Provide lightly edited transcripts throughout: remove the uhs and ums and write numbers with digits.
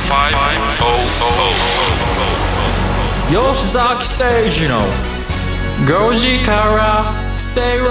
吉崎誠二の5時から正論。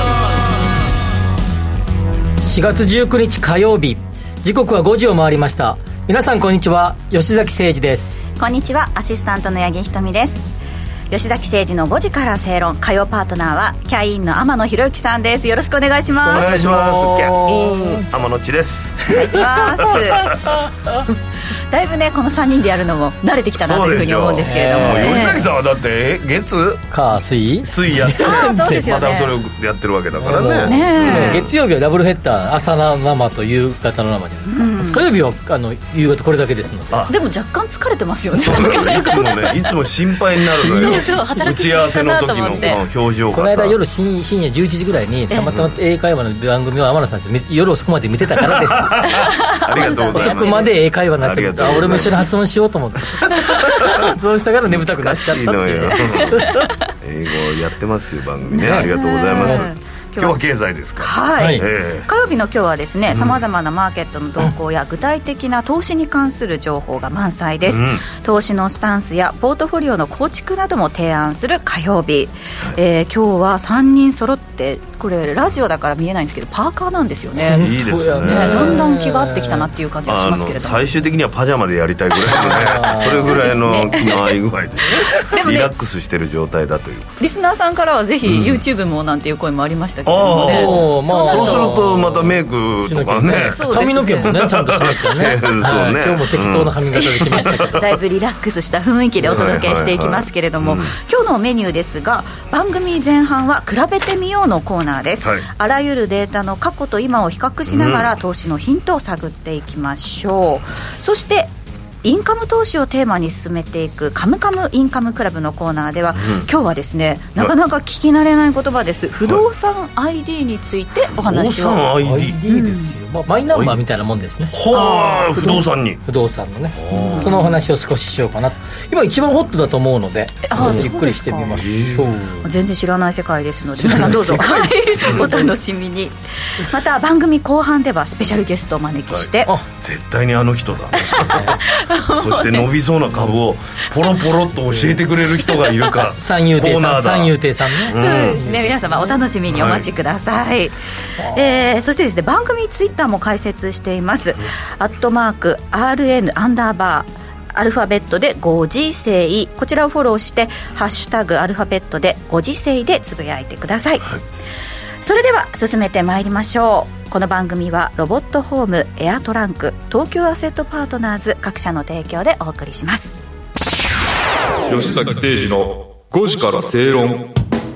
4月19日火曜日、時刻は5時を回りました。皆さんこんにちは、吉崎誠二です。 こんにちは、アシスタントの八木ひとみです。吉崎誠二の5時から正論、火曜パートナーはキャインの天野博之さんです。よろしくお願いします。 お願いします。キャイン天野ちです。 お願いしますだいぶねこの3人でやるのも慣れてきたなというふうに思うんですけれども、 吉崎さんはだって月火水やってそうですよね、 またそれをやってるわけだからね。 月曜日はダブルヘッダー、朝の生と夕方の生じゃないですか、火曜日は夕方これだけですので。 でも若干疲れてますよね。 そういつもね、いつも心配になるのよ。打ち合わせの時の表情がさ、 この間夜深夜11時ぐらいにたまたま英会話の番組を天野さん夜遅くまで見てたからですありがとうございます。 遅くまで英会話になっちゃって、俺も一緒に発音しようと思って発音したから眠たくなっちゃったっていう英語やってますよ番組ね。ありがとうございます。今日は経済ですか。 はい、火曜日の今日はですね、さまざまなマーケットの動向や具体的な投資に関する情報が満載です、投資のスタンスやポートフォリオの構築なども提案する火曜日、今日は3人揃って、これラジオだから見えないんですけどパーカーなんですよね。 いいですね。 だんだん気が合ってきたなっていう感じがしますけれども、 最終的にはパジャマでやりたいぐらいのねそれぐらいの気の合い具合ですね。リラックスしてる状態だという。 リスナーさんからはぜひ YouTube もなんていう声もありましたけどもね、 そうするとまたメイクとかね、 髪の毛もねちゃんとしなきゃねそうね、今日も適当な髪型できましたけど、 だいぶリラックスした雰囲気でお届けしていきますけれども、今日のメニューですが、番組前半は比べてみようのコーナーです、あらゆるデータの過去と今を比較しながら、投資のヒントを探っていきましょう。そしてインカム投資をテーマに進めていくカムカムインカムクラブのコーナーでは、今日はですね、なかなか聞き慣れない言葉です、不動産 ID についてお話を。 不動産 ID ですよ、マイナンバーみたいなもんですね。 不動産に不動産のね、そのお話を少ししようかな。今一番ホットだと思うので、ゆっくりしてみましょう。 全然知らない世界ですので皆さんどうぞお楽しみに。また番組後半ではスペシャルゲストをお招きして、 絶対にあの人だそして伸びそうな株をポロポロっと教えてくれる人がいるか三遊亭さん、三遊亭さんね、 そうですね、皆様お楽しみにお待ちください、そしてですね、番組ツイッターも開設しています、@RN_アルファベットで5時世、こちらをフォローしてハッシュタグアルファベットで5時世でつぶやいてください、それでは進めてまいりましょう。この番組はロボットホームエアトランク、東京アセットパートナーズ各社の提供でお送りします。 吉崎誠二の5時から正論。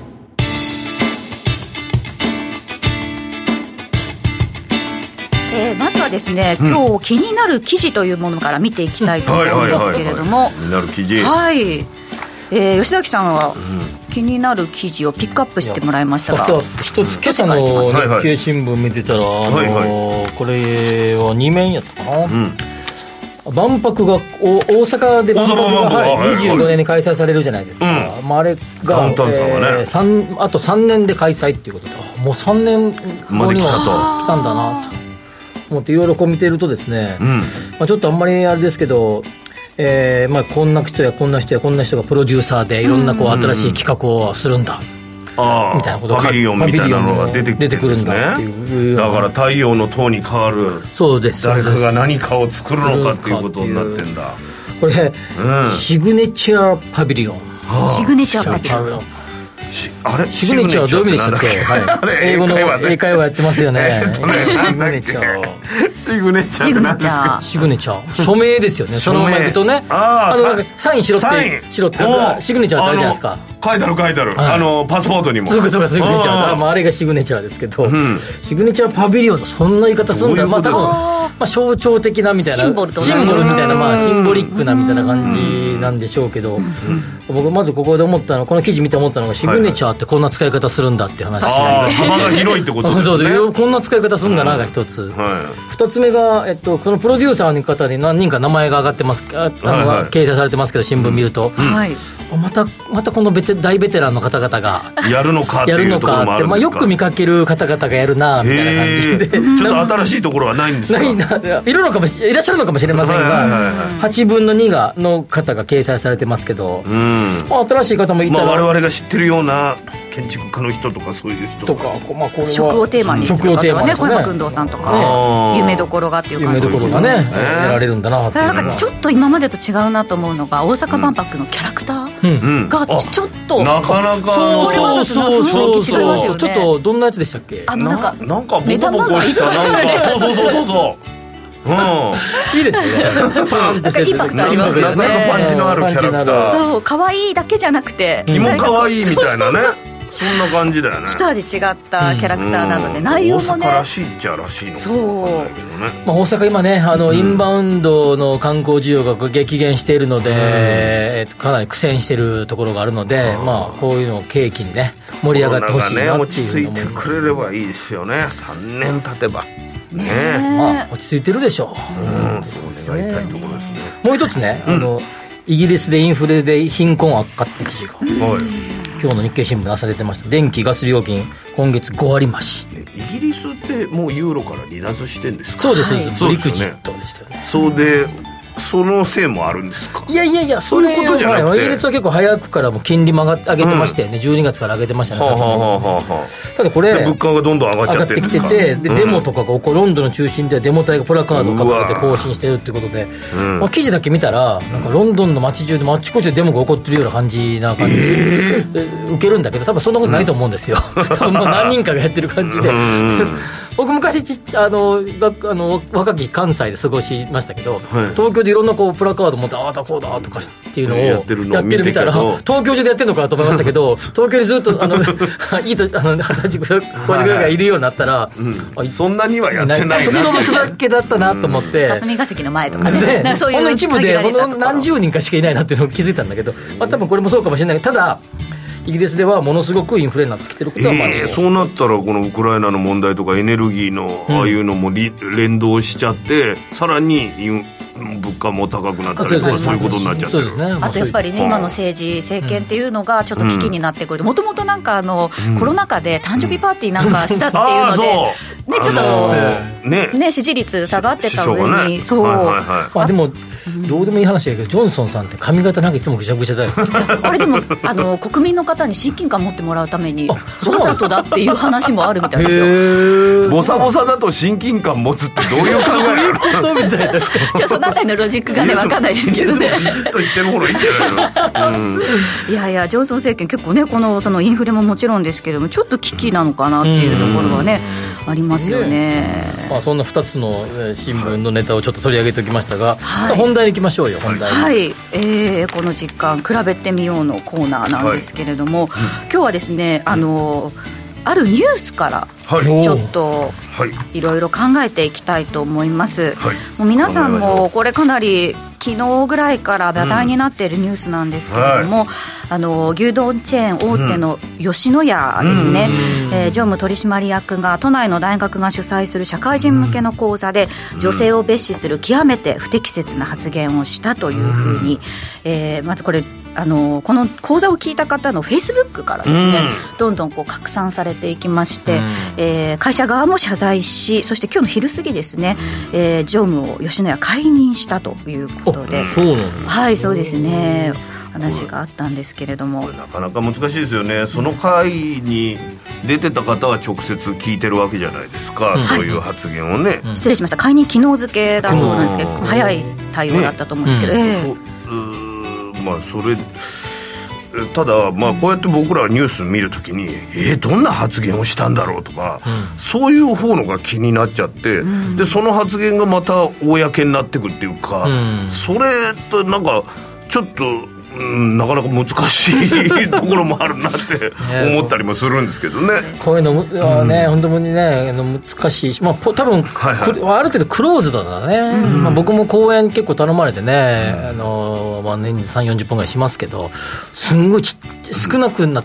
まずはですね、今日気になる記事というものから見ていきたいと思うんですけれども、 気になる記事、 吉崎さんは気になる記事をピックアップしてもらいましたが、 一つ今朝の日経新聞見てたら、これは2面やったかな、万博が大阪で万博が25年に開催されるじゃないですか、あれが、あと3年で開催っていうことで、もう3年後には来たんだなと思っていろいろこう見てるとですね、ちょっとあんまりあれですけど、こんな人やこんな人やこんな人がプロデューサーでいろんなこう新しい企画をするんだ、みたいなことがパビリオンみたいなのが出てくるんだっていう、だから太陽の塔に変わる、 そうです、 誰かが何かを作るのかっていうことになってんだ。 これ、シグネチャーパビリオン、 シグネチャーパビリオン、 あれシグネチャーはどういう意味でしたっけ、英語の英会話やってますよねシグネチャー、 シグネチャーって何ですか。 シグネチャー、署名ですよね。そのままいくとね、サインしろってシグネチャーってあるじゃないですか。 書いてある、パスポートにも。 そうか、シグネチャー、あれがシグネチャーですけど、シグネチャーパビリオンのそんな言い方するんだ。多分象徴的なみたいな、シンボルみたいな、シンボリックなみたいな感じなんでしょうけど、僕まずここで思ったの、この記事見て思ったのが、シグネチャーあってこんな使い方するんだって話が幅が広いってことですねそうこんな使い方するんだなが一つ、二つ目が、このプロデューサーの方に何人か名前が上がってます掲載されてますけど新聞見ると、またこの大ベテランの方々がやるのかっていうところもあるんですか。 よく見かける方々がやるなみたいな感じでちょっと新しいところはないんですか。 いらっしゃるのかもしれませんが、8分の2の方が掲載されてますけど、新しい方もいたら、 我々が知ってるような建築家の人とかそういう人とか、これは食をテーマにする方はね、小山君堂さんとか、夢どころがっていう感じで、 夢どころがねやられるんだなっていうのが、 なんかちょっと今までと違うなと思うのが、大阪万博のキャラクターがちょっと、 なかなかそうちょっとどんなやつでしたっけ。 なんかボコボコしたいいですよね。 なんかインパクトありますよね。 なかなかパンチのあるキャラクター。 そう可愛いだけじゃなくて、 気も可愛いみたいなね。そんな感じだよね。 一味違ったキャラクターなので、内容もね、 大阪らしいっちゃらしいのかもわかんないけどね。 大阪今ね、インバウンドの観光需要が激減しているので、かなり苦戦しているところがあるので、こういうのを契機にね盛り上がってほしいなっていうのも、 落ち着いてくれればいいですよね。3年経てば落ち着いてるでしょう。 そう願いたいところですね。 もう一つね、イギリスでインフレで貧困悪化って記事が、今日の日経新聞に出されてました。電気ガス料金今月5割増し。 イギリスってもうユーロから離脱してんですか。 そうです、ブリクジットでしたよね。 そうでそのせいもあるんですか。 いやそういうことじゃなくて、イギリスは結構早くからも金利も上げてましたよね、12月から上げてましたね。ただこれ物価がどんどん上がっちゃってるんですか。 上がってきてて、デモとかが起こる、ロンドンの中心ではデモ隊がプラカードを掲げて行進してるってことで、記事だけ見たらなんかロンドンの街中であっちこっちでデモが起こってるような感じ受けるんだけど、多分そんなことないと思うんですよ。多分何人かがやってる感じで。僕昔若き関西で過ごしましたけど、東京でいろんなプラカード持ってああだこうだとかっていうのをやってるみたいな、東京中でやってるのかと思いましたけど、東京でずっといいと20歳これぐらいがいるようになったら、 そんんなにはやってないな。 ちょっとの人だけだったなと思って、 霞が関の前とかね、なんかそういうほんの一部でほんの何十人かしかいないなっていうのを気づいたんだけど、多分これもそうかもしれないけど、ただイギリスではものすごくインフレになってきてることは間違いない。 そうなったらこのウクライナの問題とかエネルギーのああいうのも連動しちゃって、さらに物価も高くなったりとか、そういうことになっちゃってる。 あとやっぱりね、今の政権っていうのがちょっと危機になってくる。もともとなんかコロナ禍で誕生日パーティーなんかしたっていうので、ね、ちょっとね支持率下がってた上に、 でもどうでもいい話だけど、ジョンソンさんって髪型なんかいつもぐちゃぐちゃだよ。 あれでも国民の方に親近感持ってもらうためにわざとだっていう話もあるみたいですよ。 ボサボサだと親近感持つってどういう考えなのみたいな。 じゃあそのあたりのロジックがね分かんないですけどね。 じっとしてる方がいいんじゃないの。 いやいや、ジョンソン政権結構ね、そのインフレももちろんですけども、ちょっと危機なのかなっていうところはねありますよね。 そんな2つの新聞のネタをちょっと取り上げておきましたが、本題に行きましょうよ。本題はい、この時間比べてみようのコーナーなんですけれども、今日はですね、あるニュースからちょっといろいろ考えていきたいと思います。もう皆さんもこれかなり昨日ぐらいから話題になっているニュースなんですけれども、牛丼チェーン大手の吉野家ですね、常務取締役が都内の大学が主催する社会人向けの講座で女性を蔑視する極めて不適切な発言をしたというふうに、まずこれこの講座を聞いた方のフェイスブックからですね、どんどん拡散されていきまして、会社側も謝罪し、そして今日の昼過ぎですね、常務を吉野家解任したということで、はい、そうですね、話があったんですけれども、 なかなか難しいですよね。その会に出てた方は直接聞いてるわけじゃないですか、そういう発言をね。 失礼しました、解任昨日付だそうなんですけど、早い対応だったと思うんですけど、 それただこうやって僕らニュース見るときにどんな発言をしたんだろうとか、そういう方のが気になっちゃって、でその発言がまた公になってくるっていうか、それとなんかちょっとなかなか難しいところもあるなって思ったりもするんですけどね。 こういうのはね、本当にね難しいし、多分、ある程度クローズドだね。僕も講演結構頼まれてね、年に 3,40 分ぐらいしますけど、すんごい少なくなった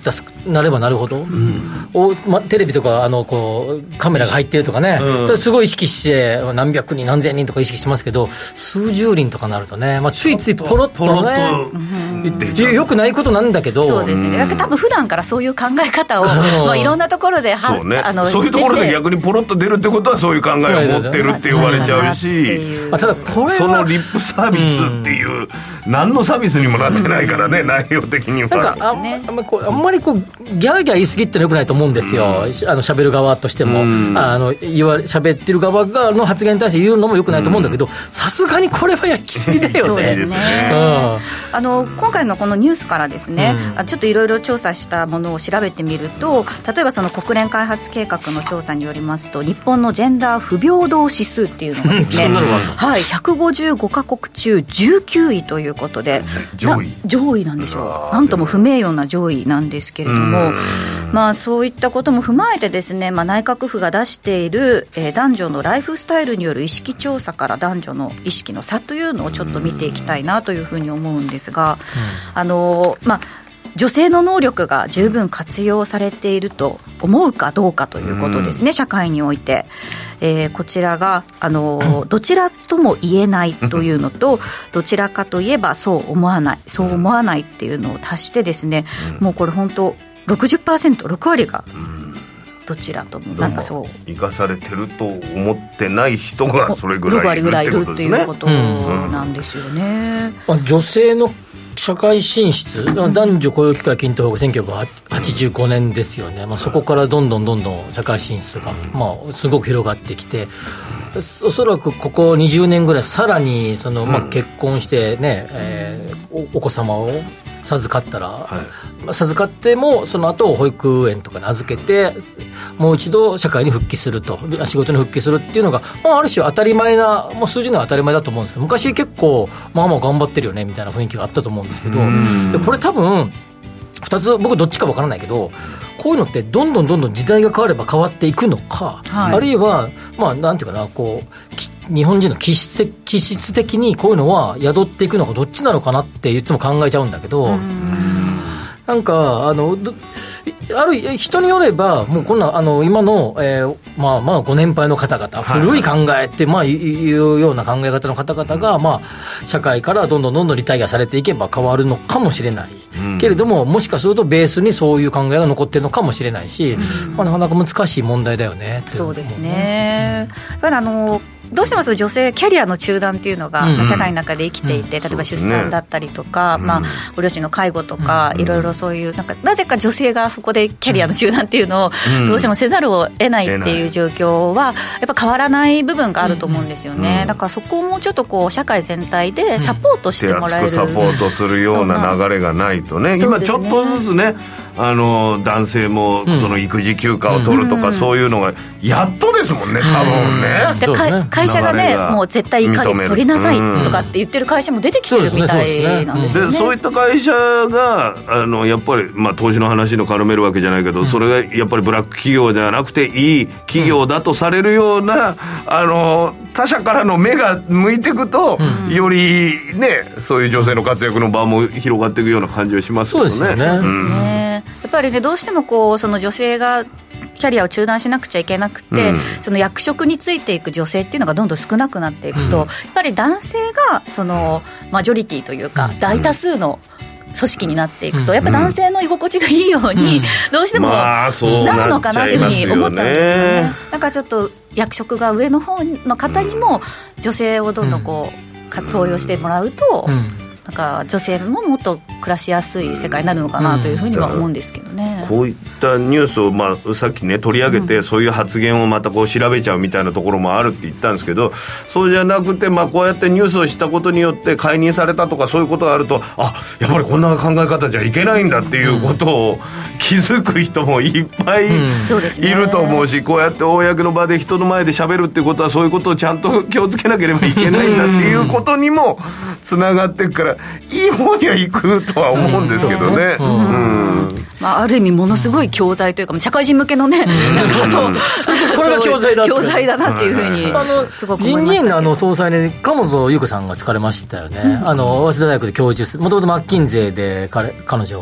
なればなるほど、テレビとかこうカメラが入ってるとかね、それすごい意識して何百人何千人とか意識しますけど、数十人とかなるとね、ついついポロッとね言ってよくないことなんだけど、 そうですね、だから多分普段からそういう考え方をいろんなところでそうね、そういうところで逆にポロッと出るってことはそういう考えを持ってるって言われちゃうし、 ただこれはそのリップサービスっていう、何のサービスにもなってないからね、内容的にはなんかあんまりこうギャーギャー言い過ぎってのよくないと思うんですよ、喋る側としても、喋ってる側の発言に対して言うのもよくないと思うんだけど、さすがにこれはやきすぎだよね。 そうですね、今回のこのニュースからですね、ちょっといろいろ調査したものを調べてみると、例えばその国連開発計画の調査によりますと、日本のジェンダー不平等指数っていうのがですね、155カ国中19位ということで、上位なんでしょう、なんとも不名誉な上位なんですけれども、そういったことも踏まえてですね、内閣府が出している、男女のライフスタイルによる意識調査から男女の意識の差というのをちょっと見ていきたいなというふうに思うんですが、女性の能力が十分活用されていると思うかどうかということですね、社会において。こちらがどちらとも言えないというのと、どちらかといえばそう思わないっていうのを足してですね、もうこれ本当 60%6 割がどちらともなんかそう生かされてると思ってない人がそれぐらいいるってことですね。 6割ぐらいいるっていうことなんですよね。 女性の社会進出、男女雇用機会均等法が1985年ですよね、そこからどんどん社会進出が、すごく広がってきて、おそらくここ20年ぐらいさらに結婚してね、お子様を授かったら、授かってもその後保育園とかに預けてもう一度社会に復帰すると、仕事に復帰するっていうのが、ある種当たり前な、もう数十年は当たり前だと思うんですけど、昔結構頑張ってるよねみたいな雰囲気があったと思うんですけど、でこれ多分2つ、僕どっちか分からないけど、こういうのってどんどん時代が変われば変わっていくのか、あるいはなんていうかな、こう日本人の気質的にこういうのは宿っていくのかどっちなのかなっていつも考えちゃうんだけど、なんかある人によればもうこんな今の、ご年配の方々、古い考えっていうような考え方の方々が、社会からどんどんリタイアされていけば変わるのかもしれない、けれども、もしかするとベースにそういう考えが残っているのかもしれないし、なかなか難しい問題だよね。 そうですね。やっぱりどうしてもその女性キャリアの中断っていうのが社会の中で生きていて、例えば出産だったりとか、ご両親の介護とか、いろいろそういうなぜか女性がそこでキャリアの中断っていうのをどうしてもせざるを得ないっていう状況はやっぱ変わらない部分があると思うんですよね。だからそこをもうちょっとこう社会全体でサポートしてもらえる、 手厚くサポートするような流れがないとね、今ちょっとずつね、男性もその育児休暇を取るとか、そういうのがやっとですもんね、多分ね。 で会社がね、もう絶対1ヶ月取りなさいとかって言ってる会社も出てきてるみたいなんですよね。 そういった会社がやっぱり、投資の話の絡めるわけじゃないけど、それがやっぱりブラック企業ではなくていい企業だとされるような、他社からの目が向いていくと、よりね、そういう女性の活躍の場も広がっていくような感じはしますけどね。 そうですね。やっぱりね、どうしてもこうその女性がキャリアを中断しなくちゃいけなくて、その役職についていく女性っていうのがどんどん少なくなっていくと、やっぱり男性がそのマジョリティというか、大多数の組織になっていくと、やっぱ男性の居心地がいいように、どうしてもなるのかなというふうに思っちゃうんですよね。だからちょっと役職が上の方の方にも女性をどんどんこう登用してもらうと、なんか女性ももっと暮らしやすい世界になるのかなというふうには思うんですけどね。 こういったニュースを、さっきね取り上げて、そういう発言をまたこう調べちゃうみたいなところもあるって言ったんですけど、そうじゃなくて、こうやってニュースを知ったことによって解任されたとかそういうことがあると、やっぱりこんな考え方じゃいけないんだっていうことを気づく人もいっぱいいると思うし、こうやって公の場で人の前で喋るってことはそういうことをちゃんと気をつけなければいけないんだっていうことにもつながっていくから、いい方には行くとは思うんですけどね。 ある意味ものすごい教材というか、社会人向けのね、なんかこれが教材だなっていうふうにすごく思いましたけど、 人事院の総裁に鴨本優子さんが就かれましたよね。早稲田大学で教授、もともとマッキンゼーで彼女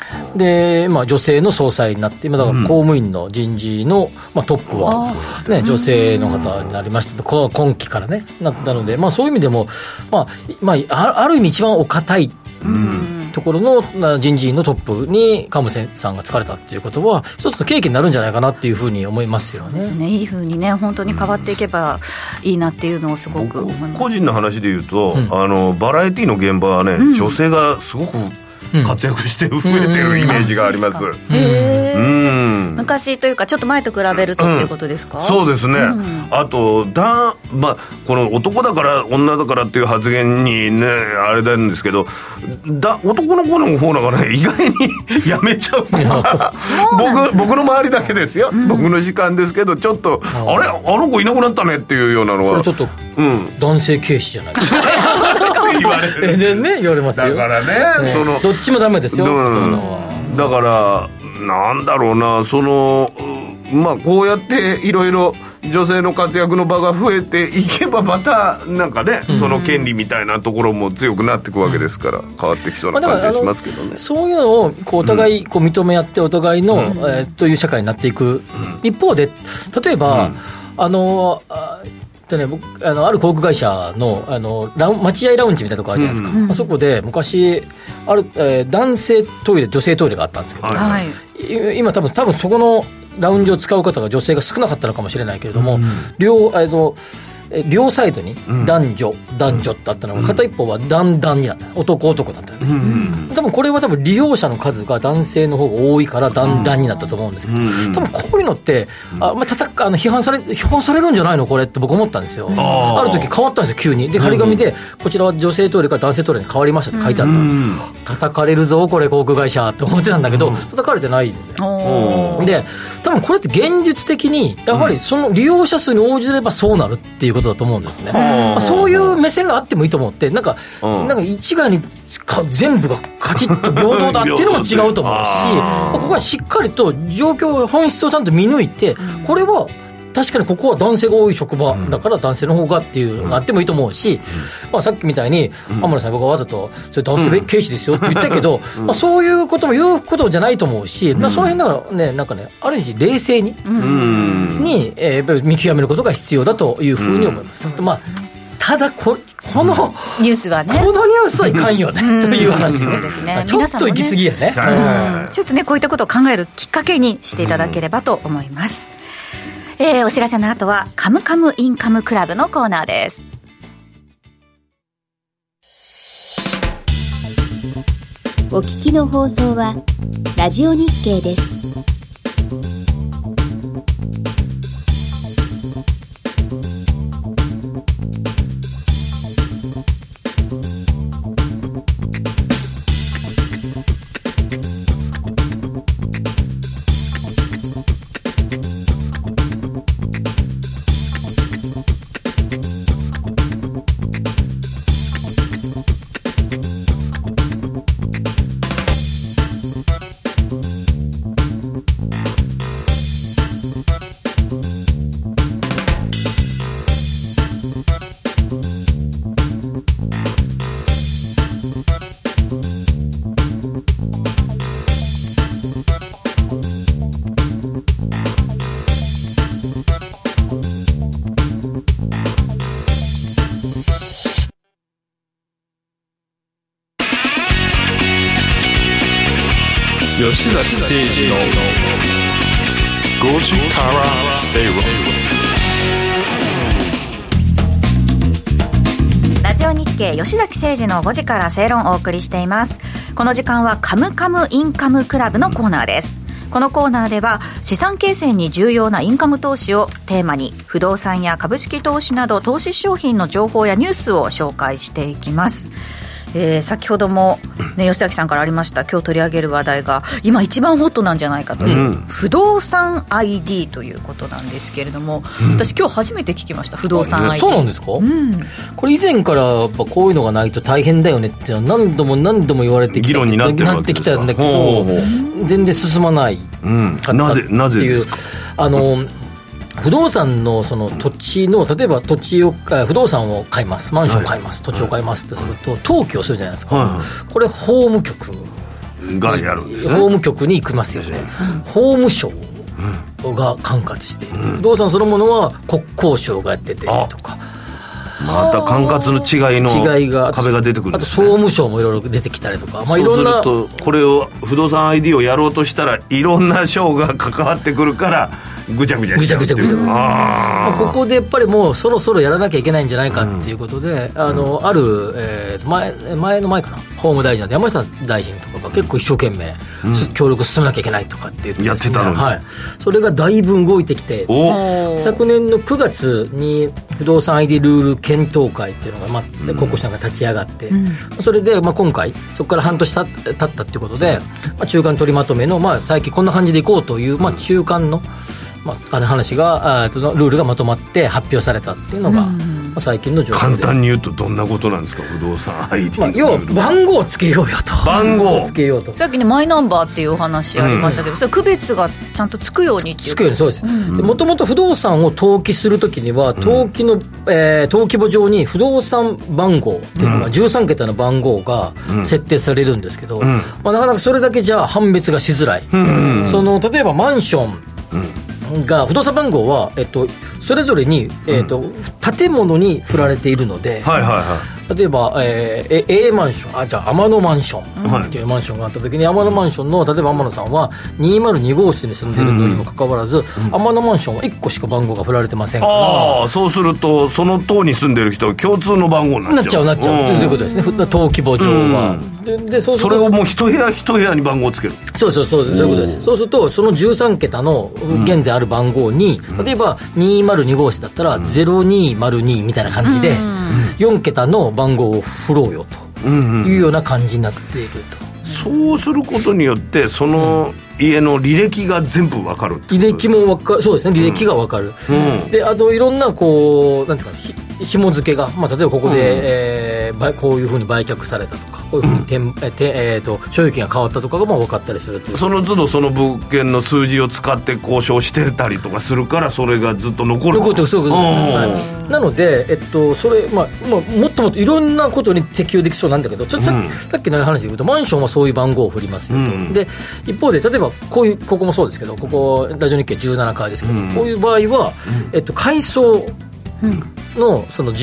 で、女性の総裁になって、今だから公務員の人事の、トップは、ね、女性の方になりましたと、今期からね、なったので、そういう意味でも、ある意味一番お堅いところの人事院のトップにカムセさんが就かれたっていうことは、一つの契機になるんじゃないかなっていうふうに思いますよね。 そうですね、いいふうにね、本当に変わっていけばいいなっていうのをすごく思います。 個人の話で言うと、バラエティの現場はね、女性がすごく活躍して増えてるイメージがあります。 昔というかちょっと前と比べるとっていうことですか？ そうですね、あとこの男だから女だからっていう発言にねあれなんですけど、男の子の方がね意外にやめちゃう子が僕の周りだけですよ、僕の時間ですけど、ちょっとあれあの子いなくなったねっていうようなのは、 それちょっと、男性軽視じゃないですかって言われるね、言われますよ。 だからね、 どっちもダメですよ、 だからなんだろうな、こうやっていろいろ女性の活躍の場が増えていけば、またなんかね、その権利みたいなところも強くなっていくわけですから、変わってきそうな感じがしますけどね。 そういうのをお互い認め合って、お互いの、という社会になっていく一方で、例えば、僕ある航空会社の待合ラウンジみたいなところあるじゃないですか、あそこで昔ある、男性トイレ女性トイレがあったんですけど、今多分そこのラウンジを使う方が女性が少なかったのかもしれないけれども、両サイドに男女ってあったのが、片一方は男になった、男になったよね、多分これは利用者の数が男性の方が多いから男になったと思うんですけど、多分こういうのって批判されるんじゃないのこれって僕思ったんですよ。ある時変わったんですよ、急に。で張り紙で、こちらは女性トイレから男性トイレに変わりましたって書いてあった。叩かれるぞこれ航空会社って思ってたんだけど、叩かれてないんですよ。で多分これって現実的にやはりその利用者数に応じればそうなるっていうことだと思うんですね。そういう目線があってもいいと思って、なんか一概に全部がカチッと平等だっていうのも違うと思うし、ここはしっかりと状況本質をちゃんと見抜いて、これは確かにここは男性が多い職場だから男性の方がっていうのがあってもいいと思うし、さっきみたいに天野さん僕はわざとそれ男性軽視ですよって言ったけど、そういうことも言うことじゃないと思うし、その辺だからね、ある意味冷静にやっぱり見極めることが必要だというふうに思います。ただこのニュースはね、 このニュースはいかんよねという話ですね。ちょっと行き過ぎやね。 ちょっとね、こういったことを考えるきっかけにしていただければと思います。お知らせの後はカムカムインカムクラブのコーナーです。 お聞きの放送はラジオ日経です。 吉崎誠二の5時から正論。 ラジオ日経吉崎誠二の5時から正論をお送りしています。この時間はカムカムインカムクラブのコーナーです。このコーナーでは資産形成に重要なインカム投資をテーマに、不動産や株式投資など投資商品の情報やニュースを紹介していきます。先ほども、吉崎さんからありました今日取り上げる話題が今一番ホットなんじゃないかという、不動産 ID ということなんですけれども、私今日初めて聞きました、不動産 ID。 そうなんですか、これ以前からやっぱこういうのがないと大変だよねっていうのは何度も言われてきた、議論になってきたんだけど、全然進まないかったっていう、 なぜですか？ 不動産のその土地の、例えば不動産を買います、マンションを買います、土地を買いますってすると登記をするじゃないですか、これ法務局がやるんですね。 法務局に行きますよね、法務省が管轄していて、不動産そのものは国交省がやっててとか、 また管轄の違いが壁が出てくるんですね。 あと総務省もいろいろ出てきたりとか、 そうするとこれを不動産 ID をやろうとしたらいろんな省が関わってくるからぐちゃぐちゃしちゃうっていう。 ここでやっぱりもうそろそろやらなきゃいけないんじゃないかっていうことで、ある、前かな、法務大臣の山下大臣とかが結構一生懸命、協力進めなきゃいけないとかって言って、 やってたのに、 それがだいぶ動いてきて、昨年の9月に不動産 ID ルール検討会っていうのが、国交省が立ち上がって、それで、今回そこから半年経ったっていうことで、中間取りまとめの、最近こんな感じでいこうという、中間の話がルールがまとまって発表されたっていうのが、最近の状況です。 簡単に言うとどんなことなんですか、不動産 ID、 要は番号をつけようよと。 番号をつけようと。 さっきねマイナンバーっていうお話ありましたけど、それ区別がちゃんとつくようにっていう。 つくように、そうです。もともと不動産を登記するときには登記の、登記簿上に不動産番号っていうのが13桁の番号が設定されるんですけど、なかなかそれだけじゃ判別がしづらい。例えばマンションが不動産番号は、それぞれに、建物に振られているので、例えば、A マンション、じゃあ天野マンションっていうマンションがあった時に、天野マンションの例えば天野さんは202号室に住んでいるのにもかかわらず、天野マンションは1個しか番号が振られてませんから、 そうするとその棟に住んでる人は共通の番号になっちゃうということですね。登記簿上は、 でそれをもう一部屋一部屋に番号をつける。 そういうことです。そうするとその13桁の現在ある番号に、例えば202号室だったら0202みたいな感じで4桁の番号を振ろうよというような感じになっていると。 そうすることによってその家の履歴が全部分かるってことですか。 履歴も分かる。そうですね、履歴が分かる、であといろんななんていうか紐付けが、例えばここで、こういうふうに売却されたとか、こういうふうに所有権が変わったとかが分かったりするという。 その都度その物件の数字を使って交渉してたりとかするから、それがずっと残る。 そういうことなので、それ、もっともっといろんなことに適用できそうなんだけど、さっきの話で言うとマンションはそういう番号を振りますよと、で一方で例えばここもそうですけど、ここラジオ日経17階ですけど、こういう場合は、階層のその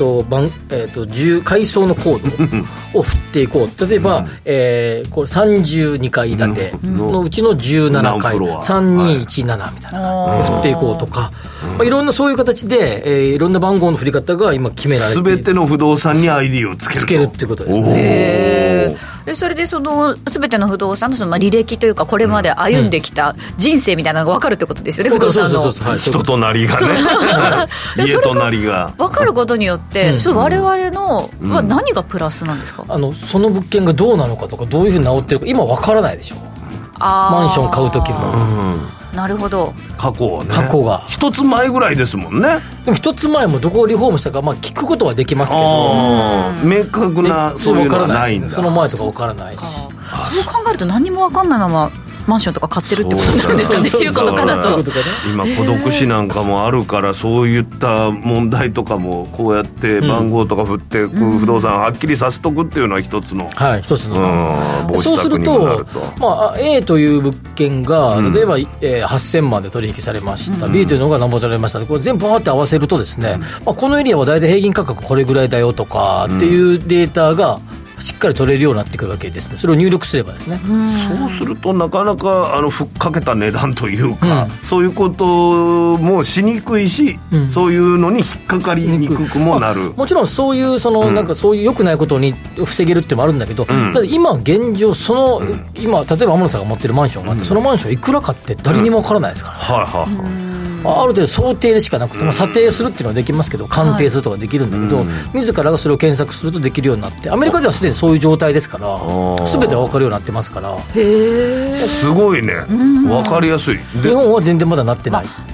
階層のコードを振っていこう。例えば、これ32階建てのうちの17階3217みたいな振っていこうとか、いろんなそういう形で、いろんな番号の振り方が今決められている。 全ての不動産に ID をつけるっていうことですね。 でそれでその全ての不動産のその履歴というか、これまで歩んできた人生みたいなのが分かるってことですよね、不動産の人となりがね家となりが分かることによって、それ我々のは何がプラスなんですか。 その物件がどうなのかとか、どういうふうに直ってるか今分からないでしょ。マンション買うときも、 なるほど。 過去が一つ前ぐらいですもんね。 でも一つ前もどこをリフォームしたか、聞くことはできますけど、 明確なそういうのはないんだ。 その前とか分からないし、 そう考えると何も分かんないままマンションとか買ってるってことなんですかね、中古とかだと。 今孤独死なんかもあるから、そういった問題とかもこうやって番号とか振って不動産はっきりさせとくっていうのは一つの、防止策にもなると。 A という物件が例えば、8000万で取引されました、B というのが何ぼ取られました、これ全部バーって合わせるとですね、このエリアは大体平均価格これぐらいだよとかっていうデータがしっかり取れるようになってくるわけですね。それを入力すればですね。 そうするとなかなかふっかけた値段というか、そういうこともしにくいし、そういうのに引っかかりにくくもなる。 もちろんそういうなんかそういう良くないことに防げるっていうのもあるんだけど、ただ今現状今例えば天野さんが持ってるマンションがあって、そのマンションいくらかって誰にも分からないですから、ある程度想定でしかなくて、査定するっていうのはできますけど、鑑定するとかできるんだけど、自らがそれを検索するとできるようになって、アメリカではすでにそういう状態ですから、全てが分かるようになってますから。 すごいね、分かりやすい。 日本は全然まだなってない。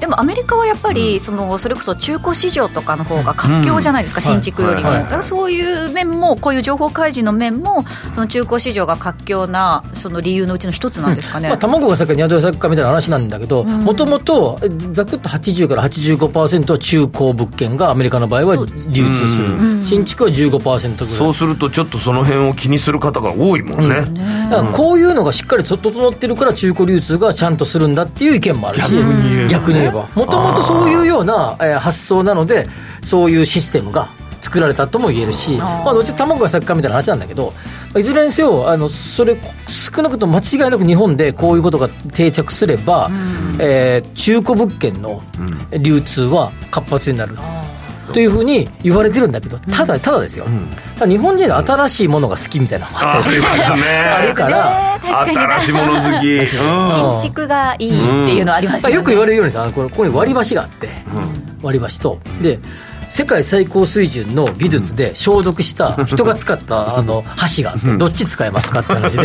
でもアメリカはやっぱりそれこそ中古市場とかの方が活況じゃないですか、新築よりも、だからそういう面も、こういう情報開示の面もその中古市場が活況なその理由のうちの一つなんですかね。 卵が先か鶏が先かみたいな話なんだけど、もともとざくっと80から 85% は中古物件がアメリカの場合は流通する、新築は 15% ぐらい。 そうするとちょっとその辺を気にする方が多いもんね、 だからこういうのがしっかり整ってるから中古流通がちゃんとするんだっていう意見もあるし、逆に言えばもともとそういうような発想なのでそういうシステムが作られたとも言えるし、どっち卵が先かみたいな話なんだけど、いずれにせよそれ少なくとも間違いなく日本でこういうことが定着すれば、中古物件の流通は活発になるというふうに言われてるんだけど、ただですよ、ただ日本人は新しいものが好きみたいなのがあったりするあるから新しいもの好き、 新築がいいっていうのありますよね。 よく言われるようにさ、ここに割り箸があって、割り箸とで世界最高水準の技術で消毒した人が使った箸があって、どっち使えますかって話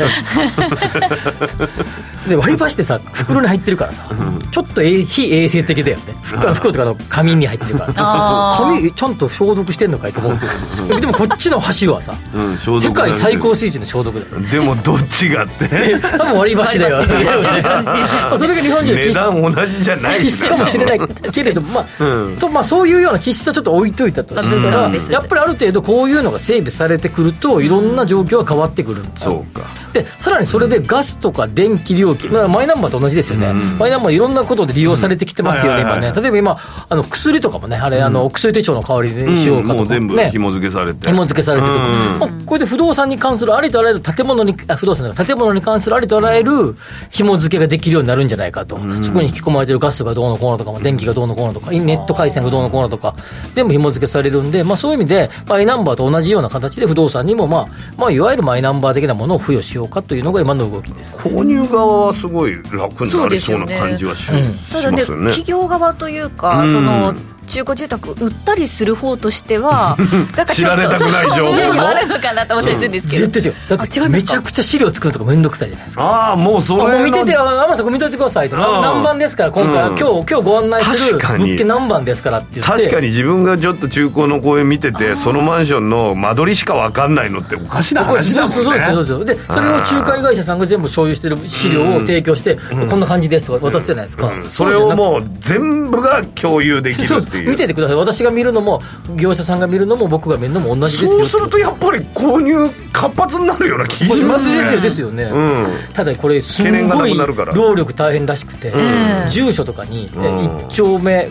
で割り箸ってさ袋に入ってるからさ、ちょっと非衛生的だよね。袋とかの紙に入ってるからさ、紙ちゃんと消毒してんのかいと思うんですよ。でもこっちの箸はさ、世界最高水準の消毒だよ。 でもどっちがって多分割り箸だよそれが日本人の値段同じじゃない気質かもしれないけれども、そういうような気質はちょっと置いといたとしたら、やっぱりある程度こういうのが整備されてくるといろんな状況が変わってくるんですよ。 そうか。 でさらにそれでガスとか電気料金、マイナンバーと同じですよね、マイナンバーいろんなことで利用されてきてますよね、今ね。例えば今薬とかもね、あれ薬手帳の代わりにしようかとか、 もう全部紐付けされて、 紐付けされてとか、これで不動産に関するありとあらゆる建物に関するありとあらゆる紐付けができるようになるんじゃないかと、そこに引き込まれてるガスがどうのこうのとか、電気がどうのこうのとか、ネット回線がどうのこうのとか全部紐付けされるんで、そういう意味でマイナンバーと同じような形で不動産にもいわゆるマイナンバー的なものを付与しようかというのが今の動きです。 購入側はすごい楽になりそうな感じはしますよね。 企業側というか、その中古住宅売ったりする方としてはだからちょっと知られたくない情報もあるのかなと思ったりするんですけど、 絶対違う。だってめちゃくちゃ資料作るとかめんどくさいじゃないですか。 もうそれもう見てて、天野さん見といてくださいって、何番ですから今回、今日ご案内する物件何番ですからって言って、 確かに自分がちょっと中古の公園見てて、そのマンションの間取りしか分かんないのっておかしな話だもんね。 そうですで、それを仲介会社さんが全部所有してる資料を提供して、こんな感じですとか渡すじゃないですか、 それをもう全部が共有できるっていう。 見ててください、私が見るのも業者さんが見るのも僕が見るのも同じですよ。 そうするとやっぱり購入活発になるような気がしますね。 ですよね、ただこれすごい労力大変らしくて、住所とかに1丁目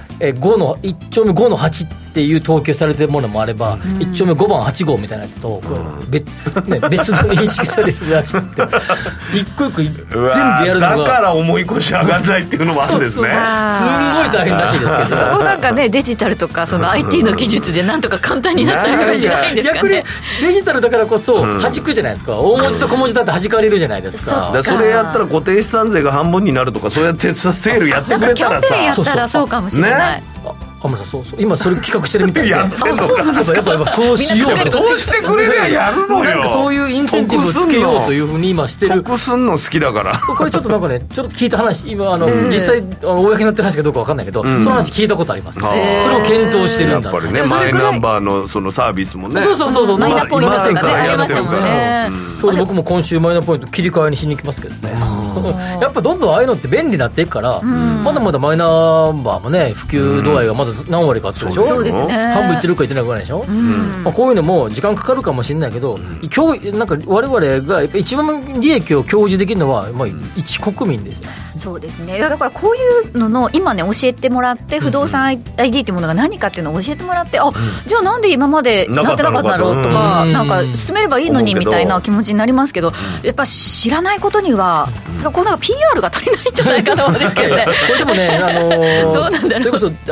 5の8っていう統計されてるものもあれば、1丁目5番8号みたいなやつと別の認識されてるらしくて一個一個全部やるのがだから重い腰上がんないっていうのもあるんですね。 すんごい大変らしいですけど、 そこなんかね、デジタルとかその IT の技術でなんとか簡単になったりとかしないんですかね。 逆にデジタルだからこそ弾くじゃないですか、大文字と小文字だって弾かれるじゃないですか。 それやったら固定資産税が半分になるとか、そうやってセールやってくれたらさ、 キャンペーンやったらそうかもしれない。 天野さん、そう今それ企画してるみたいでやってんのか。 やっぱそうしようと、 そうしてくれりゃやるのよ。 なんかそういうインセンティブをつけようというふうに今してる。 得すんの好きだから。 これちょっとなんかね、ちょっと聞いた話、今実際公になってる話かどうか分かんないけど、その話聞いたことあります、それを検討してるんだ。 やっぱりね、マイナンバーのそのサービスもね、 マイナポイントとかね、ありましたもんね。 ちょうど僕も今週マイナポイント切り替えにしに行きますけどねやっぱどんどんああいうのって便利になっていくから、まだまだマイナンバーもね、普及度合いがまだ何割かあってるでしょ。 そうですね、 半分いってるかいってないかぐらいでしょ、こういうのも時間かかるかもしれないけど、なんか我々がやっぱ一番利益を享受できるのは、一国民ですね。 そうですね。だからこういうのの今ね、教えてもらって、不動産 ID っていうものが何かっていうのを教えてもらって、じゃあなんで今までなってなかったんだろうとか、なんか進めればいいのにみたいな気持ちになりますけど、やっぱ知らないことにはこうなんか PR が足りないんじゃないかと思うんですけどねこれでもね、 どうなんだろう。 それこそ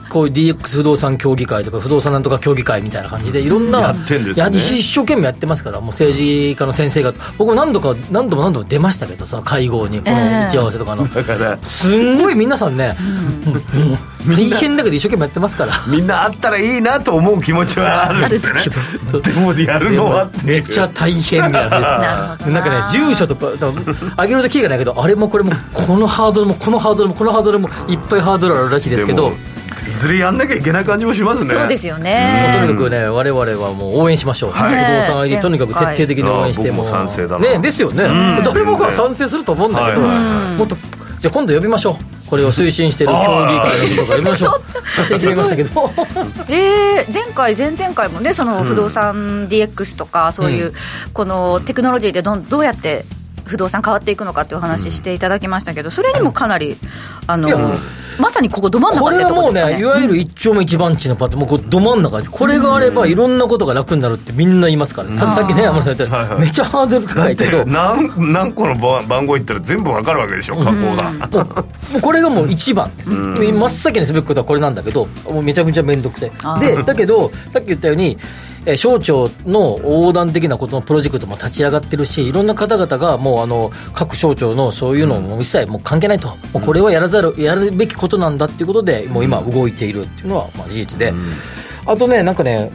こういう DX 不動産協議会とか不動産なんとか協議会みたいな感じでいろんな、一生懸命やってますから、もう政治家の先生が、僕も何度も出ましたけど、その会合にこの打ち合わせとかの、すんごい皆さんね、大変だけど一生懸命やってますから、 みんなあったらいいなと思う気持ちはあるんですよね。でもやるのはめっちゃ大変みたいななんかね、住所とか上げるときりがないけど、あれもこれもこのハードルもこのハードルもこのハードルもいっぱいハードルあるらしいですけど、 いずれやんなきゃいけない感じもしますね。 そうですよね。 とにかくね、我々はもう応援しましょう、不動産 ID とにかく徹底的に応援して、 僕も賛成だな、 ね、ですよね、誰もが賛成すると思うんだけど、もっとじゃあ今度呼びましょう、これを推進している協議会の人とか呼びましょうって言いましたけど前々回もね、その不動産 DX とかそういうこのテクノロジーでどうやって不動産変わっていくのかっていうお話していただきましたけど、それにもかなりまさにここど真ん中ってとこですかね。 これはもうね、いわゆる一丁目一番地のパターン、もうこれど真ん中です。これがあればいろんなことが楽になるってみんな言いますから、たださっきね、山田さん言ったら、めっちゃハードル高いけど、 何個の番号言ったら全部わかるわけでしょ、加工が。 もうこれがもう一番です。真っ先にすべきことはこれなんだけど、もうめちゃめちゃ面倒くさいで、だけどさっき言ったように省庁の横断的なことのプロジェクトも立ち上がってるし、いろんな方々がもう各省庁のそういうのも一切もう関係ないと、もうこれはやるべきことなんだっていうことでもう今動いているっていうのはまあ事実で、あとね、なんかね、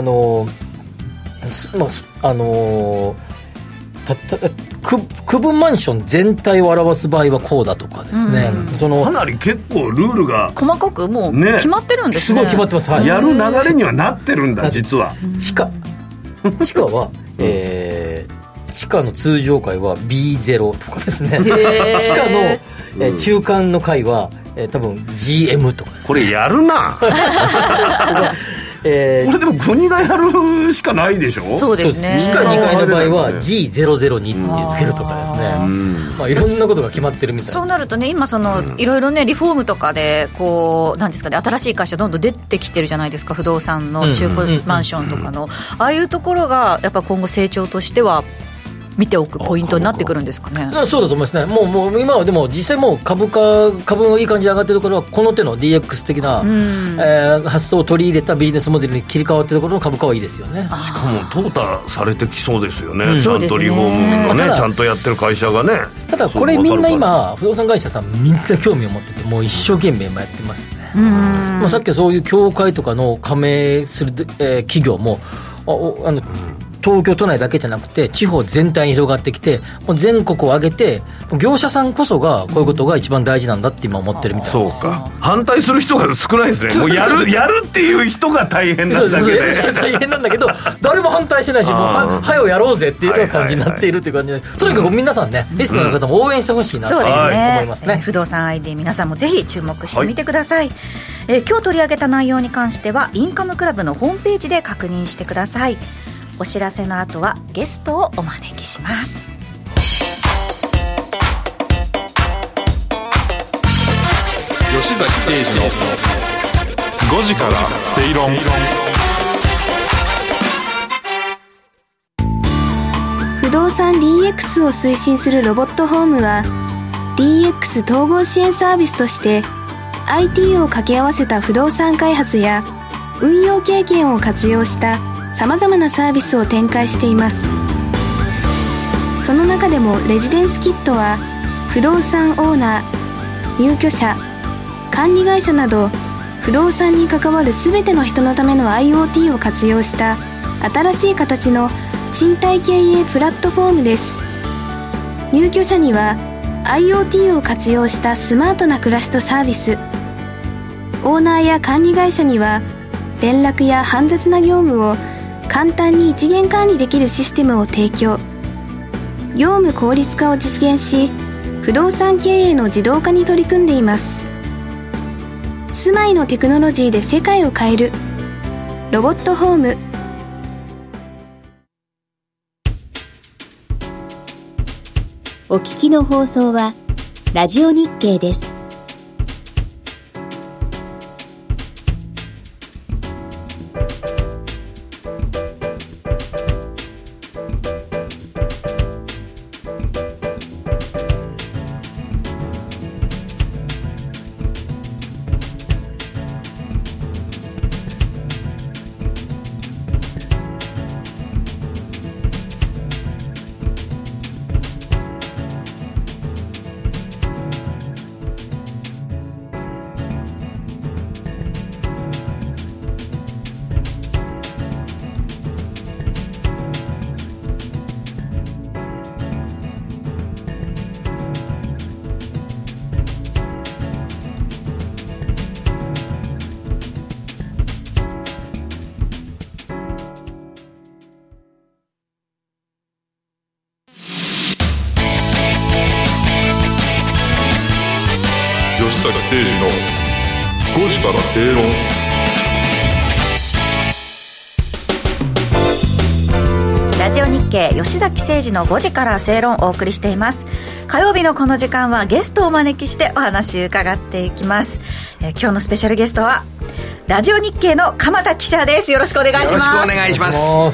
区分マンション全体を表す場合はこうだとかですね、 かなり結構ルールが細かくもう決まってるんですね。 すごい決まってます、はい、 やる流れにはなってるんだ実は。 地価は、地価の通常階は B0 とかですね、地価の、中間の階は、多分 GM とかですね。 これやるなこれでも国がやるしかないでしょ。 そうですね。 地下2階の場合は G002 ってつけるとかですね、まあ、いろんなことが決まってるみたいな。 そうなるとね、今いろいろねリフォームとかでこうなんですかね、新しい会社どんどん出てきてるじゃないですか、不動産の中古マンションとかのああいうところがやっぱ今後成長としては見ておくポイントになってくるんですかね。 そうだと思いますね。もう今はでも実際もう株がいい感じで上がってるところはこの手の DX 的な、発想を取り入れたビジネスモデルに切り替わってるところの株価はいいですよね。 しかも淘汰されてきそうですよね、ちゃんとリフォームのね、ちゃんとやってる会社がね。 ただこれみんな今不動産会社さんみんな興味を持っててもう一生懸命今やってますよね。まあ、さっきそういう協会とかの加盟する、企業も東京都内だけじゃなくて地方全体に広がってきて、もう全国を挙げて業者さんこそがこういうことが一番大事なんだって今思ってるみたいです。 そうか、反対する人が少ないですね。もうやるっていう人が大変なんだけど、 大変なんだけど誰も反対してないし、もうはよやろうぜっていう感じになっているという感じで、とにかく皆さんね、リスナーの方も応援してほしいなと思いますね。 不動産 ID 皆さんもぜひ注目してみてください。今日取り上げた内容に関してはインカムクラブのホームページで確認してください。お知らせの後はゲストをお招きします。 吉崎誠二の5時からスペイロン。 不動産 DX を推進するロボットホームは DX 統合支援サービスとして IT を掛け合わせた不動産開発や運用経験を活用したさまざまなサービスを展開しています。その中でもレジデンスキットは不動産オーナー、入居者、管理会社など不動産に関わる全ての人のための IoT を活用した新しい形の賃貸経営プラットフォームです。入居者には IoT を活用したスマートな暮らしとサービス、オーナーや管理会社には連絡や煩雑な業務を簡単に一元管理できるシステムを提供。業務効率化を実現し、不動産経営の自動化に取り組んでいます。住まいのテクノロジーで世界を変えるロボットホーム。 お聞きの放送はラジオ日経です。 吉崎誠二の5時から正論。 ラジオ日経吉崎誠二の5時から正論をお送りしています。火曜日のこの時間はゲストをお招きしてお話伺っていきます。今日のスペシャルゲストはラジオ日経の鎌田記者です。よろしくお願いします。 よろしくお願いします。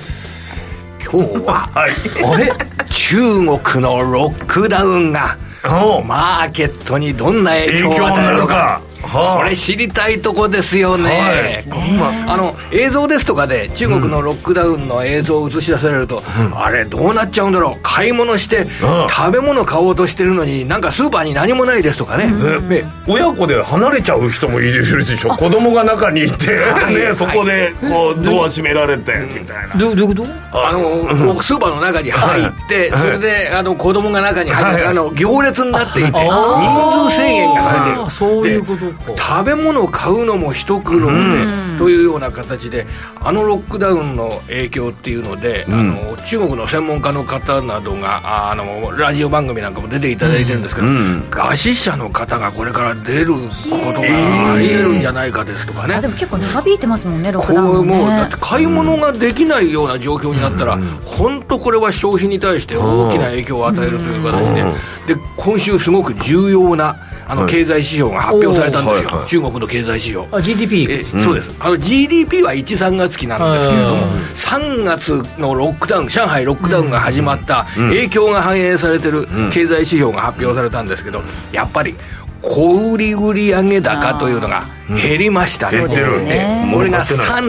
今日は、はい、あれ中国のロックダウンがマーケットにどんな影響を与えるのか、これ知りたいとこですよね、映像ですとかで中国のロックダウンの映像を映し出されると、あれどうなっちゃうんだろう、買い物して食べ物買おうとしてるのになんかスーパーに何もないですとかね、 親子で離れちゃう人もいるでしょ。子供が中にいて、そこでこうドア閉められてみたいな。 どういうこと？ スーパーの中に入って、それで子供が中に入って行列になっていて人数制限がされている。 そういうことか。 食べ物を買うのも一苦労で、というような形でロックダウンの影響っていうので、中国の専門家の方などがラジオ番組なんかも出ていただいてるんですけど、餓死者の方がこれから出ることがあり得るんじゃないかですとかね。 でも結構長引いてますもんね、ロックダウンね。 もうだって買い物ができないような状況になったら、本当これは消費に対して大きな影響を与えるという形で、今週すごく重要な経済指標が発表されたんですよ、中国の経済指標。 GDP、 そうです。GDP は1、3月期なんですけれども、3月のロックダウン、上海ロックダウンが始まった影響が反映されてる経済指標が発表されたんですけど、やっぱり小売売上高というのが減りましたね。 そうですよね。 これが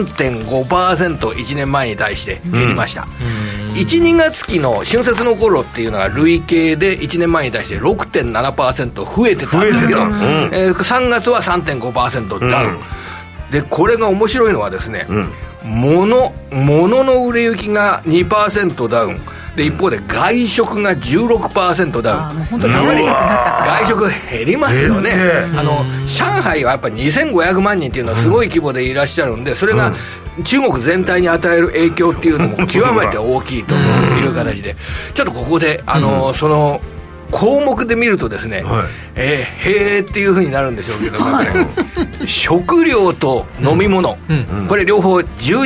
3.5% 1年前に対して減りました。1、2月期の春節の頃っていうのが累計で1年前に対して 6.7% 増えてたんですけど、3月は 3.5% ダウンで、これが面白いのはですね、物の売れ行きが 2% ダウンで、一方で外食が 16% ダウン。 もう本当に食べれなくなったから外食減りますよね。上海はやっぱり2500万人っていうのはすごい規模でいらっしゃるんで、それが中国全体に与える影響っていうのも極めて大きいという形で、ちょっとここでその項目で見るとですね、へーっていう風になるんでしょうけど、食料と飲み物、これ両方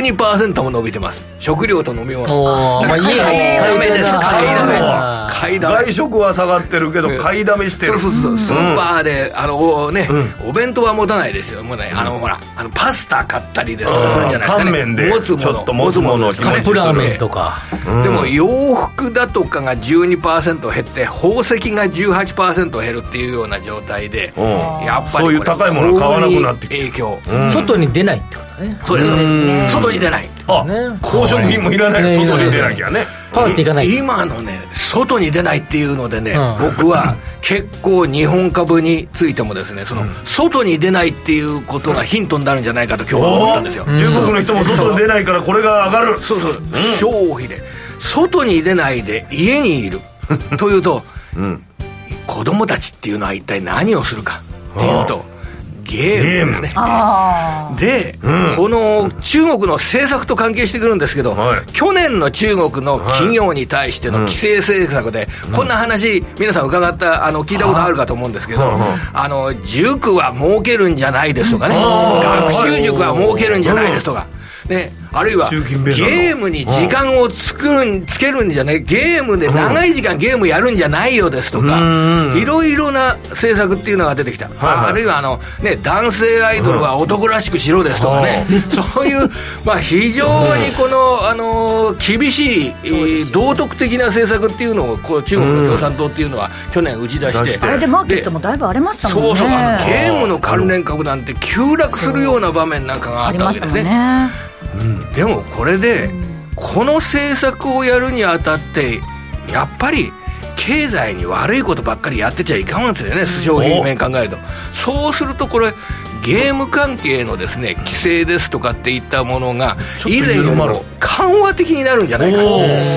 12% も伸びてます。食料と飲み物。買いだめです。買いだめ。 外食は下がってるけど買いだめしてる。 そうスーパーでお弁当は持たないですよ。もうね、ほらパスタ買ったりですとかするんじゃないですかね。 乾麺でちょっと持つもの、 カップラーメンとか。 でも洋服だとかが 12% 減って宝石が 18% 減るっていうような状態で、やっぱりそういう高いもの買わなくなってきて影響、 外に出ないってことだね。 そうですね。外に出ない。 高食品もいらない。外に出なきゃね。 パーティー行かない。 今のね、外に出ないっていうのでね、僕は結構日本株についてもですね、その外に出ないっていうことがヒントになるんじゃないかと今日は思ったんですよ。 中国の人も外に出ないからこれが上がる。 そう、消費で外に出ないで家にいるというと、子供たちっていうのは一体何をするかっていうと、ゲームですね。で、この中国の政策と関係してくるんですけど、去年の中国の企業に対しての規制政策で、こんな話皆さん伺った聞いたことあるかと思うんですけど、塾は儲けるんじゃないですとかね、学習塾は儲けるんじゃないですとか、ね、あるいはゲームに時間をつけるんじゃない、ゲームで長い時間ゲームやるんじゃないよですとか、いろいろな政策っていうのが出てきた。あるいは男性アイドルは男らしくしろですとかね、そういう、非常にこの、厳しい道徳的な政策っていうのを中国の共産党っていうのは去年打ち出して、 あれでマーケットもだいぶ荒れましたもんね。 そうゲームの関連株なんて急落するような場面なんかがあったわけですね。でもこれでこの政策をやるにあたってやっぱり経済に悪いことばっかりやってちゃいかんわけですよね、消費面考えると。そうするとこれゲーム関係のですね規制ですとかっていったものが以前よりも緩和的になるんじゃないか。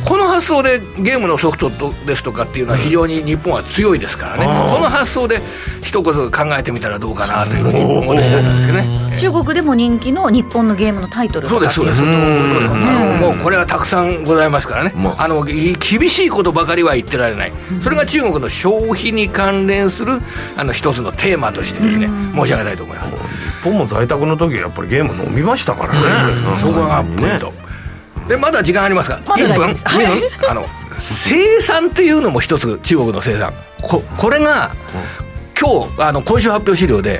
この発想でゲームのソフトですとかっていうのは非常に日本は強いですからね、この発想で一言考えてみたらどうかなというふうに思ってしまうんですよね。 中国でも人気の日本のゲームのタイトルとかっていうことですよね。 もうこれはたくさんございますからね、厳しいことばかりは言ってられない、それが中国の消費に関連する一つのテーマとしてですね、申し上げたいと思います。 日本も在宅の時やっぱりゲーム飲みましたからね、 そこがポイントで、まだ時間ありますか、1分、2分、生産っていうのも一つ、中国の生産、これが今週発表資料で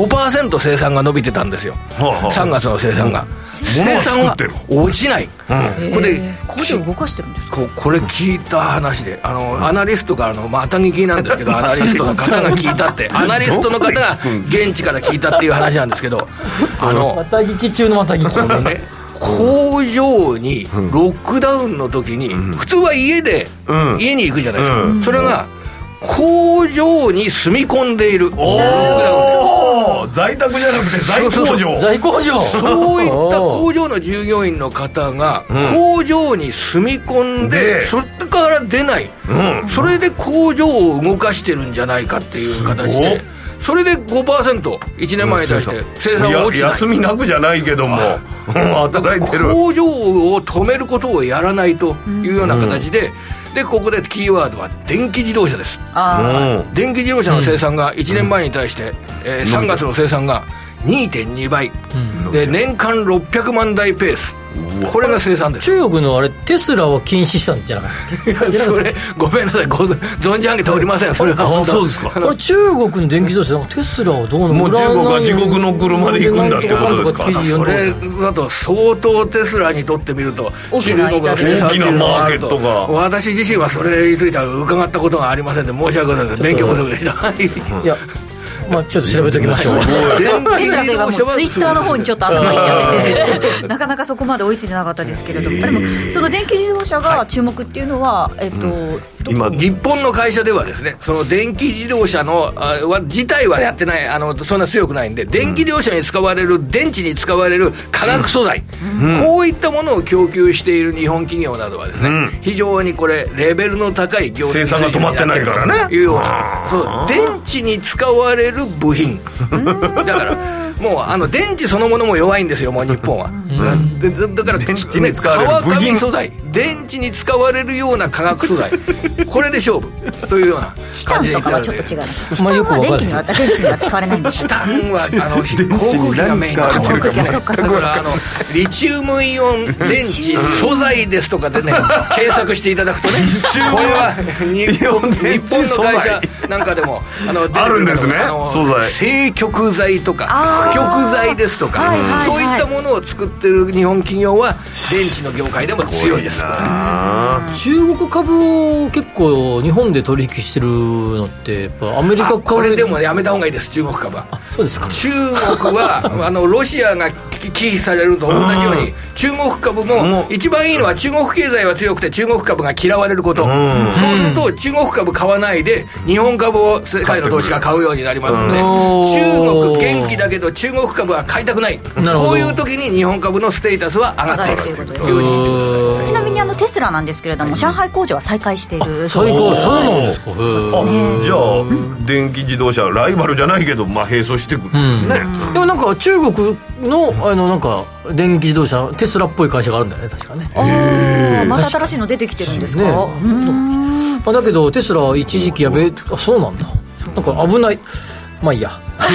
5% 生産が伸びてたんですよ、3月の生産が、生産が落ちない、これ工場を動かしてるんですか。 これ聞いた話で、アナリストからのまた聞きなんですけど、アナリストの方が聞いたってアナリストの方が現地から聞いたっていう話なんですけど、 また聞き中のまた聞きね、工場にロックダウンの時に、普通は家に行くじゃないですか、それが工場に住み込んでいる、ロックダウンで在宅じゃなくて在工場、 そういった工場の従業員の方が工場に住み込んで、それから出ない、それで工場を動かしてるんじゃないかっていう形で、それで 5% 1年前に対して生産が落ちない、 休みなくじゃないけども働いてる、 工場を止めることをやらないというような形で、でここでキーワードは電気自動車です。電気自動車の生産が1年前に対して、3月の生産が 2.2 倍、で年間600万台ペース、これが生産です。 中国のテスラを禁止したんじゃなかったそれごめんなさい、存じ上げておりません。それはそうですか。これ中国の電気自動車、テスラはどうなの、 もう中国は自国の車で行くんだってことですか。 それだと相当テスラにとってみると中国の生産というのがあると、私自身はそれについては伺ったことがありませんで申し訳ございません、勉強不足でした。いやちょっと調べておきましょう。 テスラというかもうツイッターの方にちょっと頭いっちゃっててなかなかそこまで追いついてなかったですけれども、でもその電気自動車が注目っていうのは、 今日本の会社ではですね、その電気自動車の自体はやってない、そんな強くないんで、電気自動車に使われる電池に使われる化学素材、こういったものを供給している日本企業などはですね、非常にこれレベルの高い業績生産が止まってないからね、 いうような、そう電池に使われる部品だからもう電池そのものも弱いんですよ、もう日本は、だから電池に使われる部品、川上素材、電池に使われるような化学素材これで勝負というような感じでチタンとかはちょっと違います。チタンは電池には使われないんです。 チタンは航空機がメインになってるからね、だからリチウムイオン電池素材ですとかでね検索していただくとね、これは日本の会社なんかでもあるんですね、素材、 正極材とか不極材ですとか、そういったものを作ってる日本企業は電池の業界でも強いです。 中国株を結構日本で取引してるのってやっぱアメリカ株、 これでもやめた方がいいです、中国株は。 そうですか。 中国はロシアが忌避されると同じように、中国株も一番いいのは中国経済は強くて中国株が嫌われること、そうすると中国株買わないで日本株を世界の投資が買うようになりますので、中国元気だけど中国株は買いたくない、こういう時に日本株のステータスは上がっていくというふうに言ってください。 ちなみにテスラなんですけれども、上海工場は再開しているそうなんですか。 じゃあ電気自動車ライバルじゃないけど、並走してくるんですね。 でもなんか中国のなんか電気自動車テスラっぽい会社があるんだよね、確かね。 また新しいじゃ出てきてるんですか。 だけどテスラ一時期そうなんだ、なんか危ない、まあいいや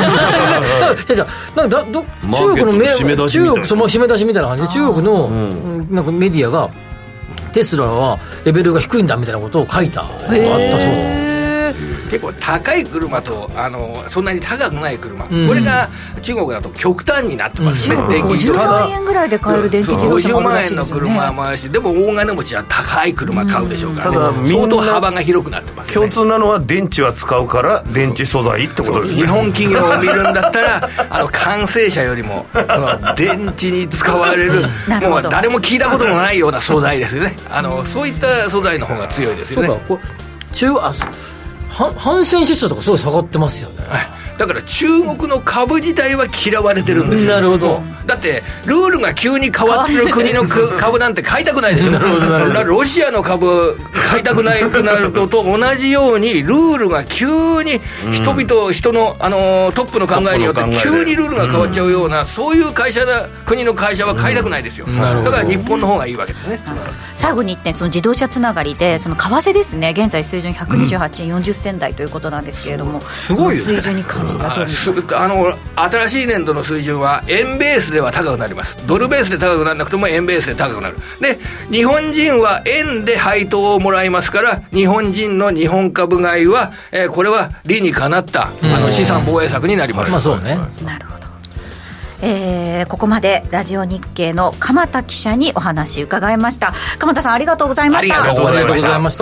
なんか中国の締め出しみたいな感じで、中国のなんかメディアがテスラはレベルが低いんだみたいなことを書いたやつがあったそうですよ。 結構高い車とそんなに高くない車、これが中国だと極端になってますね。電気自動車 50万円ぐらいで買える電気自動車もあるらしいですよね。 50万円の車もあるし、でも大金持ちは高い車買うでしょうからね、相当幅が広くなってますね。 共通なのは電池は使うから電池素材ってことですね。 日本企業を見るんだったら完成車よりもその電池に使われるもう誰も聞いたことのないような素材ですよね。そういった素材の方が強いですよね。 そうか、阪神指数とかすごい下がってますよね。 だから中国の株自体は嫌われてるんですよ。 なるほど。 だってルールが急に変わってる国の株なんて買いたくないですよ。だからロシアの株買いたくないくなるのと同じように、ルールが急に人の、トップの考えによって急にルールが変わっちゃうような、そういう国の会社は買いたくないですよ。だから日本の方がいいわけですね。 最後に1点、その自動車つながりで、その為替ですね、現在水準128円40銭台ということなんですけれども、すごい水準に関してはどうですか。 新しい年度の水準は円ベースでは高くなります。ドルベースで高くならなくても円ベースで高くなる。で、日本人は円で配当をもらいますから、日本人の日本株買いは、これは理にかなった資産防衛策になります。 まあそうね。 なるほど。ここまでラジオ日経の鎌田記者にお話伺いました。鎌田さん、ありがとうございました。 ありがとうございました。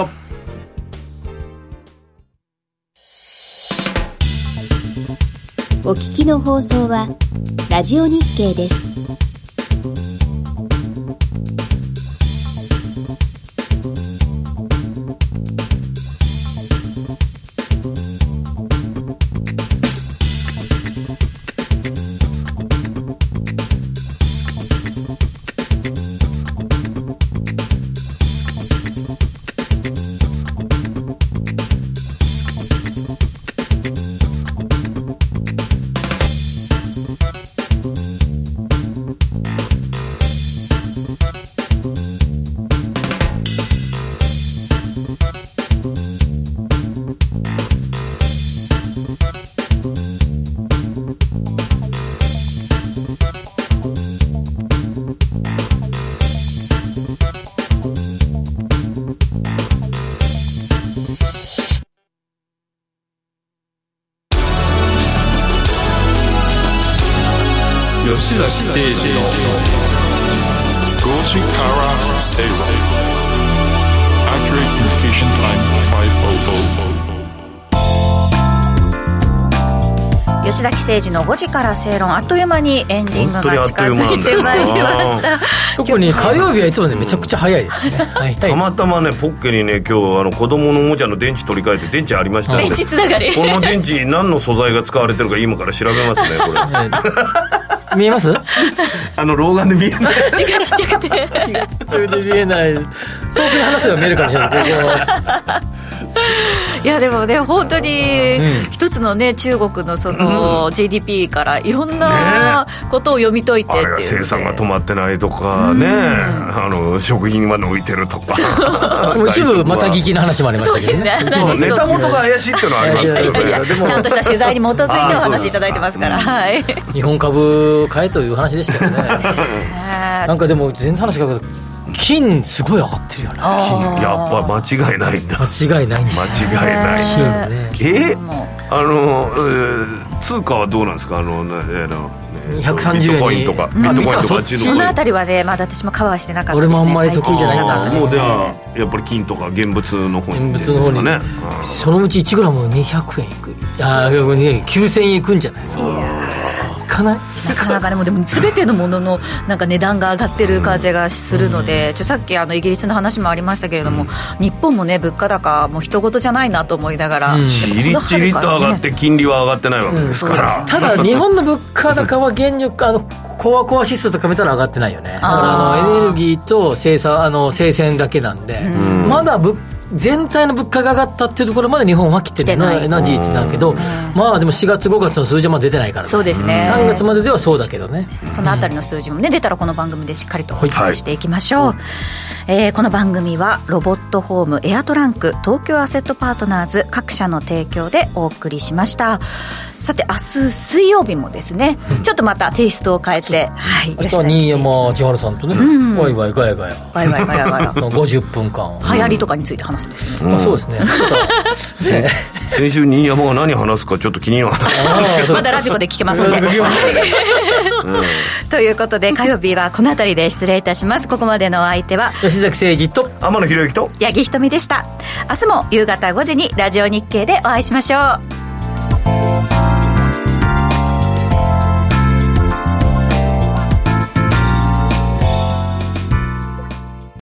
お聞きの放送はラジオ日経です。 吉崎誠二の5時から正論 Accurate Communication Time 500。 吉崎誠二の5時から正論、あっという間にエンディングが近づいてまいりました。 特に火曜日はいつもね、めちゃくちゃ早いですね。 たまたまね、ポッケにね、今日子供のおもちゃの電池取り替えて電池ありましたので、 電池つながり、この電池何の素材が使われてるか今から調べますね、これ。 見えます？ 老眼で見えない。 血がちっちゃくて。 血がちっちゃくて見えない。遠くに話せば見えるかもしれない。 いやでもね、本当に一つのね、中国のその GDP からいろんなことを読み解いてっていう、ね、 生産が止まってないとかね、食品まで置いてるとか一部また聞きの話もありましたけどね。 そうネタ元が怪しいっていうのはありますけどね。 ちゃんとした取材に基づいてお話いただいてますから、はい、 日本株買えという話でしたよね。なんかでも全然話が金すごい上がってるよね。 金やっぱ間違いないんだ。 間違いないんだ。 間違いない。 金ね。 通貨はどうなんですか。 130円にビットコインとか、ビットコインとかそのあたりはね、まだ私もカバーしてなかったですね。 俺もあんまり得意じゃないかな。 もうではやっぱり金とか現物の方にですかね。 そのうち 1g200 円いく。9000円いくんじゃないですか。いかない。 なかなかね、もうでも全てのもののなんか値段が上がってる感じがするので、さっきイギリスの話もありましたけれども、日本もね、物価高もう人事じゃないなと思いながら、 チリチリと上がって金利は上がってないわけですから、 ただ日本の物価高は現状コア指数とか見たら上がってないよね。だからエネルギーと生鮮だけなんで、まだ全体の物価が上がったっていうところまで日本は来てないな事実だけど、まあでも4月5月の数字はまだ出てないからね。 そうですね。 3月までではそうだけどね。 そのあたりの数字もね、出たらこの番組でしっかりとお伝えしていきましょう。この番組はロボットホームエアトランク、東京アセットパートナーズ各社の提供でお送りしました。さて明日水曜日もですね、ちょっとまたテイストを変えて、はい、 明日は新山千春さんとね、ワイワイガヤガヤ50分間流行りとかについて話すんですね。 そうですね。 先週新山が何話すかちょっと気になる話まだラジコで聞けますのでということで火曜日はこの辺りで失礼いたします。ここまでのお相手は吉崎誠二と天野博之と八木ひとみでした。明日も夕方5時にラジオ日経でお会いしましょう。